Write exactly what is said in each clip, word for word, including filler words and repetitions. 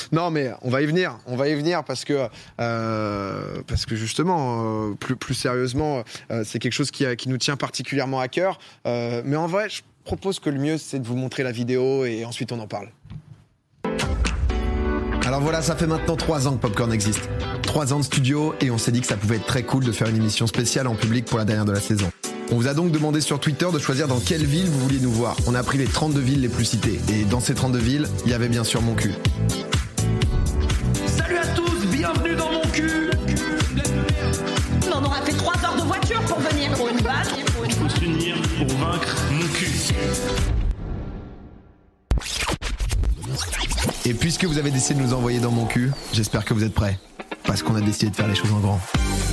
Non, mais on va y venir. On va y venir parce que, euh, parce que justement, euh, plus, plus sérieusement, euh, c'est quelque chose qui, qui nous tient particulièrement à cœur. Euh, mais en vrai, je propose que le mieux, c'est de vous montrer la vidéo et ensuite on en parle. Alors voilà, ça fait maintenant trois ans que Popcorn existe. Trois ans de studio et on s'est dit que ça pouvait être très cool de faire une émission spéciale en public pour la dernière de la saison. On vous a donc demandé sur Twitter de choisir dans quelle ville vous vouliez nous voir. On a pris les trente-deux villes les plus citées. Et dans ces trente-deux villes, il y avait bien sûr mon cul. Salut à tous, bienvenue dans mon cul. On aura fait trois heures de voiture pour venir pour une balle. Il faut s'unir pour vaincre mon cul. Et puisque vous avez décidé de nous envoyer dans mon cul, j'espère que vous êtes prêts. Parce qu'on a décidé de faire les choses en grand.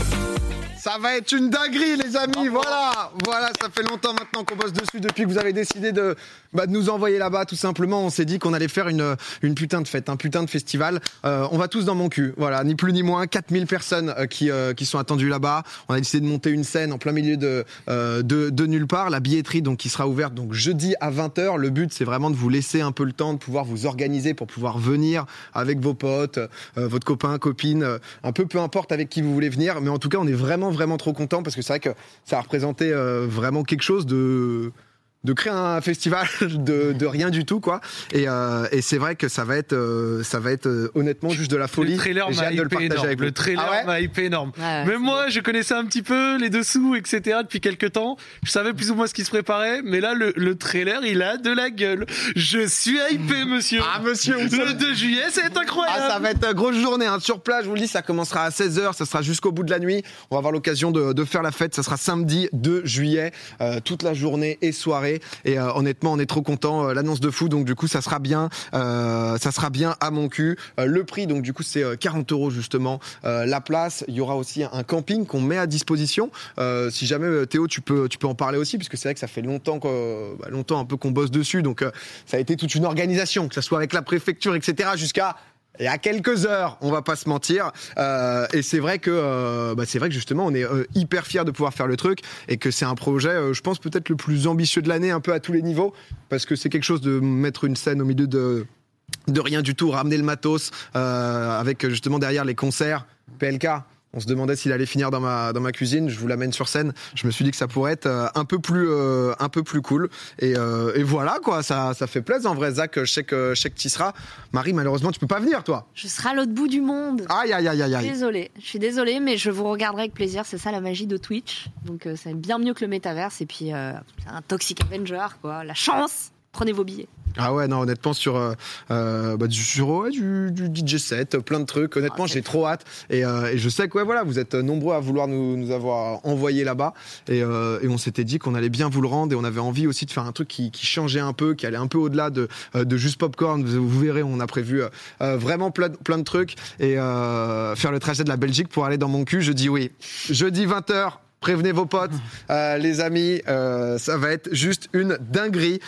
Ça va être une dinguerie, les amis. Voilà, voilà, ça fait longtemps maintenant qu'on bosse dessus, depuis que vous avez décidé de, bah, de nous envoyer là-bas. Tout simplement, on s'est dit qu'on allait faire une, une putain de fête, un putain de festival. Euh, on va tous dans mon cul. Voilà, ni plus ni moins, quatre mille personnes euh, qui, euh, qui sont attendues là-bas. On a décidé de monter une scène en plein milieu de, euh, de, de nulle part. La billetterie, donc, qui sera ouverte donc jeudi à vingt heures. Le but, c'est vraiment de vous laisser un peu le temps de pouvoir vous organiser pour pouvoir venir avec vos potes, euh, votre copain, copine, euh, un peu peu importe avec qui vous voulez venir. Mais en tout cas, on est vraiment, vraiment trop content parce que c'est vrai que ça a représenté euh, vraiment quelque chose de de créer un festival de, de rien du tout, quoi. Et, euh, et c'est vrai que ça va être euh, ça va être euh, honnêtement juste de la folie. Le trailer m'a hypé énorme. Le trailer ah ouais m'a hypé énorme. Ah ouais, même moi, bon. Je connaissais un petit peu les dessous, et cetera depuis quelques temps. Je savais plus ou moins ce qui se préparait, mais là, le, le trailer, il a de la gueule. Je suis hypé, monsieur. Ah, monsieur. Le deux juillet, c'est incroyable. Ah, ça va être une grosse journée, hein. Sur place, je vous le dis, ça commencera à seize heures, ça sera jusqu'au bout de la nuit. On va avoir l'occasion de, de faire la fête. Ça sera samedi deux juillet, euh, toute la journée et soirée. Et euh, honnêtement, on est trop contents. Euh, l'annonce de fou, donc du coup, ça sera bien, euh, ça sera bien à mon cul. Euh, le prix, donc du coup, c'est euh, quarante euros justement. Euh, la place, il y aura aussi un camping qu'on met à disposition. Euh, si jamais Théo, tu peux, tu peux en parler aussi, puisque c'est vrai que ça fait longtemps, que, bah, longtemps un peu qu'on bosse dessus. Donc euh, ça a été toute une organisation, que ça soit avec la préfecture, et cetera, jusqu'à il y a quelques heures, on va pas se mentir, euh, et c'est vrai que euh, bah c'est vrai que justement on est euh, hyper fiers de pouvoir faire le truc et que c'est un projet, euh, je pense peut-être le plus ambitieux de l'année, un peu à tous les niveaux, parce que c'est quelque chose de mettre une scène au milieu de de rien du tout, ramener le matos euh, avec justement derrière les concerts, P L K. On se demandait s'il allait finir dans ma, dans ma cuisine. Je vous l'amène sur scène. Je me suis dit que ça pourrait être euh, un peu plus, euh, un peu plus cool. Et, euh, et voilà, quoi. Ça, ça fait plaisir. En vrai, Zach, je sais que, je sais que tu y seras. Marie, malheureusement, tu peux pas venir, toi. Je serai à l'autre bout du monde. Aïe, aïe, aïe, aïe, aïe. Désolée. Je suis désolée, mais je vous regarderai avec plaisir. C'est ça la magie de Twitch. Donc, euh, c'est bien mieux que le métaverse. Et puis, euh, un Toxic Avenger, quoi. La chance. Prenez vos billets. Ah ouais, non, honnêtement, sur, euh, bah, du, sur ouais, du, du D J set, plein de trucs. Honnêtement, ah, j'ai trop hâte. Et, euh, et je sais que ouais, voilà, vous êtes nombreux à vouloir nous, nous avoir envoyés là-bas. Et, euh, et on s'était dit qu'on allait bien vous le rendre. Et on avait envie aussi de faire un truc qui, qui changeait un peu, qui allait un peu au-delà de, de juste Popcorn. Vous, vous verrez, on a prévu euh, vraiment plein, plein de trucs. Et euh, faire le trajet de la Belgique pour aller dans mon cul, je dis oui. Jeudi vingt heures. Prévenez vos potes, euh, les amis, euh, ça va être juste une dinguerie.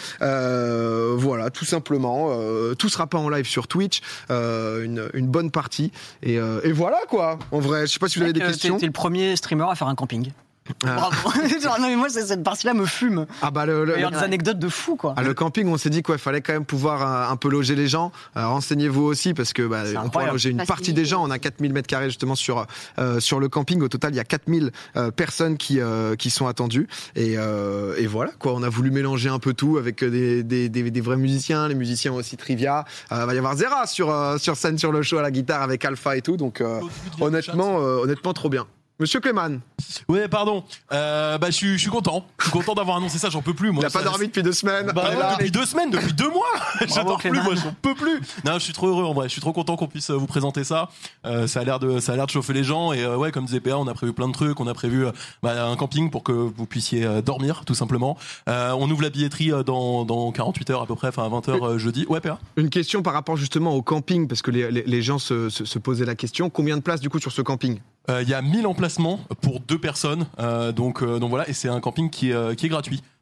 Euh, voilà, tout simplement. Euh, tout sera pas en live sur Twitch, euh, une, une bonne partie. Et, euh, et voilà, quoi. En vrai, je sais pas si vous avez des questions. T'es le premier streamer à faire un camping. Ah. Bravo. Genre, non mais moi cette partie-là me fume. Ah bah le, le, il y a des anecdotes de fou, quoi. Ah, le camping, on s'est dit qu'il fallait quand même pouvoir un, un peu loger les gens. Euh, renseignez-vous aussi parce que bah, on pourra loger une partie des gens. On a quatre mille mètres carrés justement sur euh, sur le camping. Au total, il y a quatre mille euh, personnes qui euh, qui sont attendues. Et, euh, et voilà, quoi. On a voulu mélanger un peu tout avec des des, des, des vrais musiciens, les musiciens aussi trivia. Il euh, va y avoir Zera sur euh, sur scène sur le show à la guitare avec Alpha et tout. Donc euh, honnêtement, euh, honnêtement, trop bien. Monsieur Clément. Ouais, pardon. Euh, bah, je suis, je suis content. Je suis content d'avoir annoncé ça. J'en peux plus, moi. Il a pas dormi depuis deux semaines. Bah, là, depuis deux semaines, depuis deux mois. J'en plus, moi. J'en peux plus. Non, je suis trop heureux, en vrai. Je suis trop content qu'on puisse vous présenter ça. Euh, ça a l'air de, ça a l'air de chauffer les gens. Et, euh, ouais, comme disait P A, on a prévu plein de trucs. On a prévu, bah, un camping pour que vous puissiez euh, dormir, tout simplement. Euh, on ouvre la billetterie dans, dans quarante-huit heures à peu près, enfin, à vingt heures euh, jeudi. Ouais, P A. Une question par rapport justement au camping, parce que les, les, les gens se, se, se posaient la question. Combien de places, du coup, sur ce camping? Il euh, y a mille emplacements pour deux personnes, euh, donc, euh, donc voilà, et c'est un camping qui est, euh, qui est gratuit.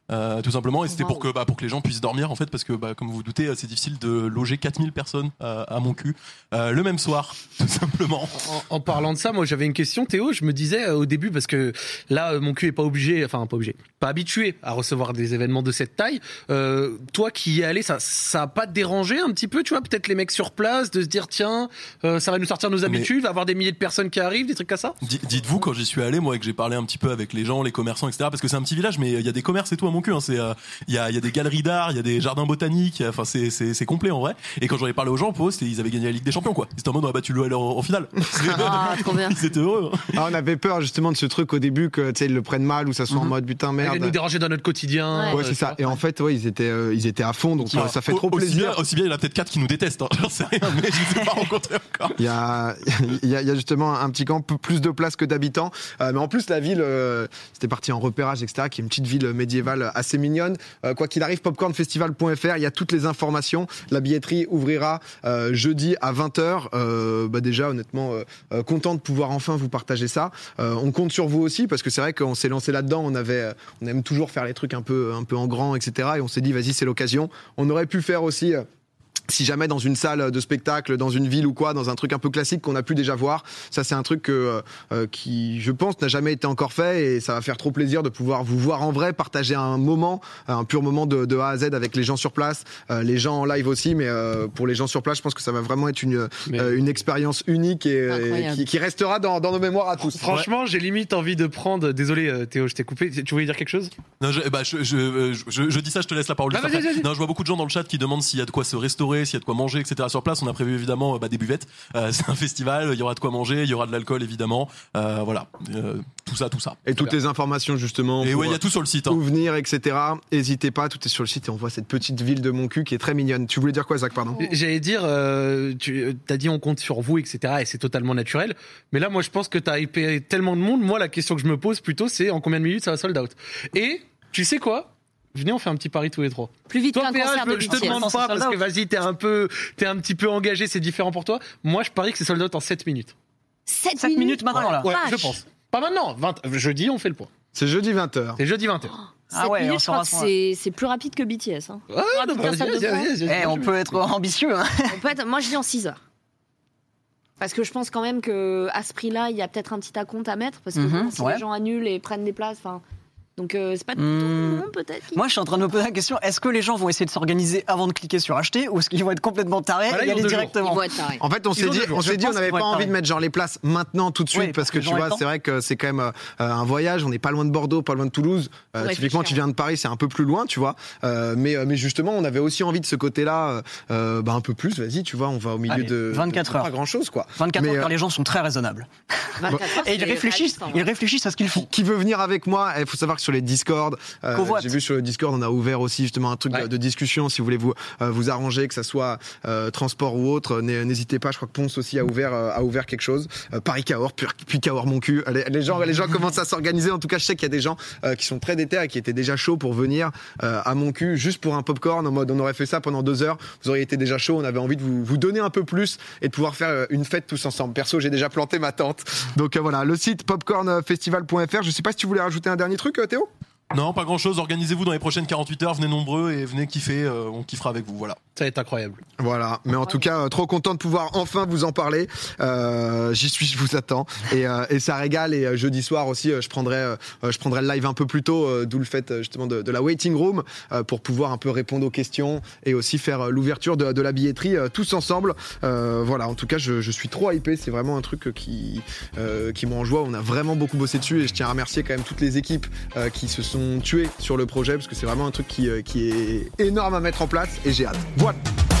Euh, tout simplement, et c'était Wow. pour que bah, pour que les gens puissent dormir en fait, parce que bah, comme vous vous doutez, c'est difficile de loger quatre mille personnes euh, à mon cul euh, le même soir, tout simplement. En, en parlant de ça, moi j'avais une question, Théo. Je me disais euh, au début, parce que là, euh, mon cul est pas obligé, enfin pas obligé, pas habitué à recevoir des événements de cette taille. Euh, toi qui y es allé, ça, ça a pas dérangé un petit peu, tu vois, peut-être les mecs sur place, de se dire tiens, euh, ça va nous sortir nos habitudes, va avoir des milliers de personnes qui arrivent, des trucs comme ça. D- dites-vous quand j'y suis allé, moi, et que j'ai parlé un petit peu avec les gens, les commerçants, et cetera. Parce que c'est un petit village, mais il y a des commerces et tout à mon cul. Hein. C'est, il euh, y a, il y a des galeries d'art, il y a des jardins botaniques. Enfin, c'est, c'est, c'est complet en vrai. Et quand j'en ai parlé aux gens, pour eux, c'était, ils avaient gagné la Ligue des Champions, quoi. Ils étaient en mode on a battu l'O L en, en finale. Ah, trop bien. Ils étaient heureux. Hein. Ah, on avait peur justement de ce truc au début que tu sais ils le prennent mal ou ça soit en mode putain Ils merde. nous déranger dans notre quotidien. Ouais, c'est ça. Et en fait, ouais, ils étaient, euh, ils étaient à fond, donc euh, ça fait trop aussi plaisir. Bien, aussi bien, il y en a peut-être quatre qui nous détestent. Hein. J'en sais rien, mais je les ai pas rencontrés encore. Il y a, il y a, il y a justement un petit camp, plus de place que d'habitants. Euh, mais en plus, la ville, euh, c'était parti en repérage, et cetera, qui est une petite ville médiévale assez mignonne. Euh, quoi qu'il arrive, popcorn festival point f r, il y a toutes les informations. La billetterie ouvrira euh, jeudi à vingt heures. Euh, bah déjà, honnêtement, euh, euh, content de pouvoir enfin vous partager ça. Euh, on compte sur vous aussi, parce que c'est vrai qu'on s'est lancé là-dedans. On avait, on aime toujours faire les trucs un peu, un peu en grand, et cetera. Et on s'est dit, vas-y, c'est l'occasion. On aurait pu faire aussi... Euh, si jamais dans une salle de spectacle, dans une ville ou quoi, dans un truc un peu classique qu'on a pu déjà voir, ça c'est un truc que, euh, qui, je pense, n'a jamais été encore fait et ça va faire trop plaisir de pouvoir vous voir en vrai, partager un moment, un pur moment de, de A à Z avec les gens sur place, euh, les gens en live aussi, mais euh, pour les gens sur place, je pense que ça va vraiment être une, Mais... euh, une expérience unique et, et qui, qui restera dans, dans nos mémoires à tous. Franchement, j'ai limite envie de prendre. Désolé, euh, Théo, je t'ai coupé. Tu voulais dire quelque chose? Non, je, bah, je, je, je, je dis ça, je te laisse la parole. Ah, juste vas-y, après. vas-y. Non, je vois beaucoup de gens dans le chat qui demandent s'il y a de quoi se restaurer, s'il y a de quoi manger, et cetera sur place. On a prévu évidemment bah, des buvettes. Euh, c'est un festival, il y aura de quoi manger, il y aura de l'alcool évidemment. Euh, voilà, euh, tout ça, tout ça. Et toutes les informations justement. Et pour, ouais, il y a tout sur le site. Hein. Où venir, et cetera. N'hésitez pas, tout est sur le site et on voit cette petite ville de mon cul qui est très mignonne. Tu voulais dire quoi, Zach, pardon? J'allais dire, euh, tu as dit on compte sur vous, et cetera. Et c'est totalement naturel. Mais là, moi, je pense que tu as hypé tellement de monde. Moi, la question que je me pose plutôt, c'est en combien de minutes ça va sold out? Et tu sais quoi? Venez, on fait un petit pari tous les trois. Plus vite Toi, qu'un P A, concert je, de je te B T S. demande pas parce que vas-y, t'es un peu, t'es un petit peu engagé, c'est différent pour toi. Moi, je parie que c'est sold out en sept minutes. sept sept minutes maintenant, là. Ouais, je Vache. pense. Pas maintenant. vingt jeudi, on fait le point. C'est jeudi vingt heures. C'est jeudi vingt heures. Ah sept ouais, on minutes, je sera crois que à ce c'est c'est plus rapide que B T S. Hein. Ouais, rapide non, qu'un vas-y, Stade de vas-y, France. vas-y, vas-y. Eh, on peut être ambitieux. Hein. On peut être- moi, je dis en six heures. Parce que je pense quand même que à ce prix-là, il y a peut-être un petit acompte à mettre. Parce que Mhm, bon, si ouais. les gens annulent et prennent des places, enfin. Donc euh, c'est pas tout Hmm. le monde peut-être. qui- Moi, je suis en train de me poser la question est-ce que les gens vont essayer de s'organiser avant de cliquer sur acheter ou est-ce qu'ils vont être complètement tarés Voilà, et y ils ont aller deux jours. Ils directement vont être tarés. En fait, on s'est ont dit, deux jours. on Je s'est dit, on pense n'avait qu'ils pas vont être envie de tarés. mettre genre les places maintenant tout de suite Oui, parce pour que que tu les gens aient vois, le temps. c'est vrai que c'est quand même euh, un voyage. On n'est pas loin de Bordeaux, pas loin de Toulouse. Euh, Faut typiquement, réfléchir. tu viens de Paris, c'est un peu plus loin, tu vois. Euh, mais euh, mais justement, on avait aussi envie de ce côté-là, euh, bah un peu plus. Vas-y, tu vois, on va au milieu Allez, de vingt-quatre de heures. Pas grand chose, quoi. vingt-quatre Mais, heures, euh, car les gens sont très raisonnables. vingt-quatre heures, Et ils c'est réfléchissent, réaliste, en ils vrai. réfléchissent à ce qu'ils font. Qui veut venir avec moi? Il faut savoir que sur les Discord, euh, Covoite. j'ai vu sur le Discord, on a ouvert aussi justement un truc Ouais. de, de discussion. Si vous voulez vous euh, vous arranger, que ça soit euh, transport ou autre, n'hé- n'hésitez pas. Je crois que Ponce aussi a ouvert euh, a ouvert quelque chose. Euh, Paris Cahors, puis, puis Cahors mon cul. Les, les gens les gens commencent à s'organiser. En tout cas, je sais qu'il y a des gens euh, qui sont très déter et qui étaient déjà chauds pour venir euh, à mon cul juste pour un popcorn en mode on aurait fait ça pendant deux heures. Vous auriez été déjà chaud. On avait envie de vous vous donner un peu plus et de pouvoir faire euh, une fête tous ensemble. Perso, j'ai déjà planté ma tente. Donc euh, voilà, le site popcorn festival point f r. Je sais pas si tu voulais rajouter un dernier truc, euh, Théo. Non, pas grand chose. Organisez-vous dans les prochaines quarante-huit heures. Venez nombreux et venez kiffer. Euh, on kiffera avec vous. Voilà. Ça va être incroyable. Voilà, mais en tout cas, euh, trop content de pouvoir enfin vous en parler. Euh, J'y suis, je vous attends. Et, euh, et ça régale. Et euh, jeudi soir aussi, euh, je prendrai, euh, je prendrai le live un peu plus tôt, euh, d'où le fait euh, justement de, de la waiting room euh, pour pouvoir un peu répondre aux questions et aussi faire euh, l'ouverture de, de la billetterie euh, tous ensemble. Euh, voilà, en tout cas, je, je suis trop hypé. C'est vraiment un truc qui, euh, qui m'enjoie. On a vraiment beaucoup bossé dessus et je tiens à remercier quand même toutes les équipes euh, qui se sont tuées sur le projet parce que c'est vraiment un truc qui, euh, qui est énorme à mettre en place et j'ai hâte. Voilà.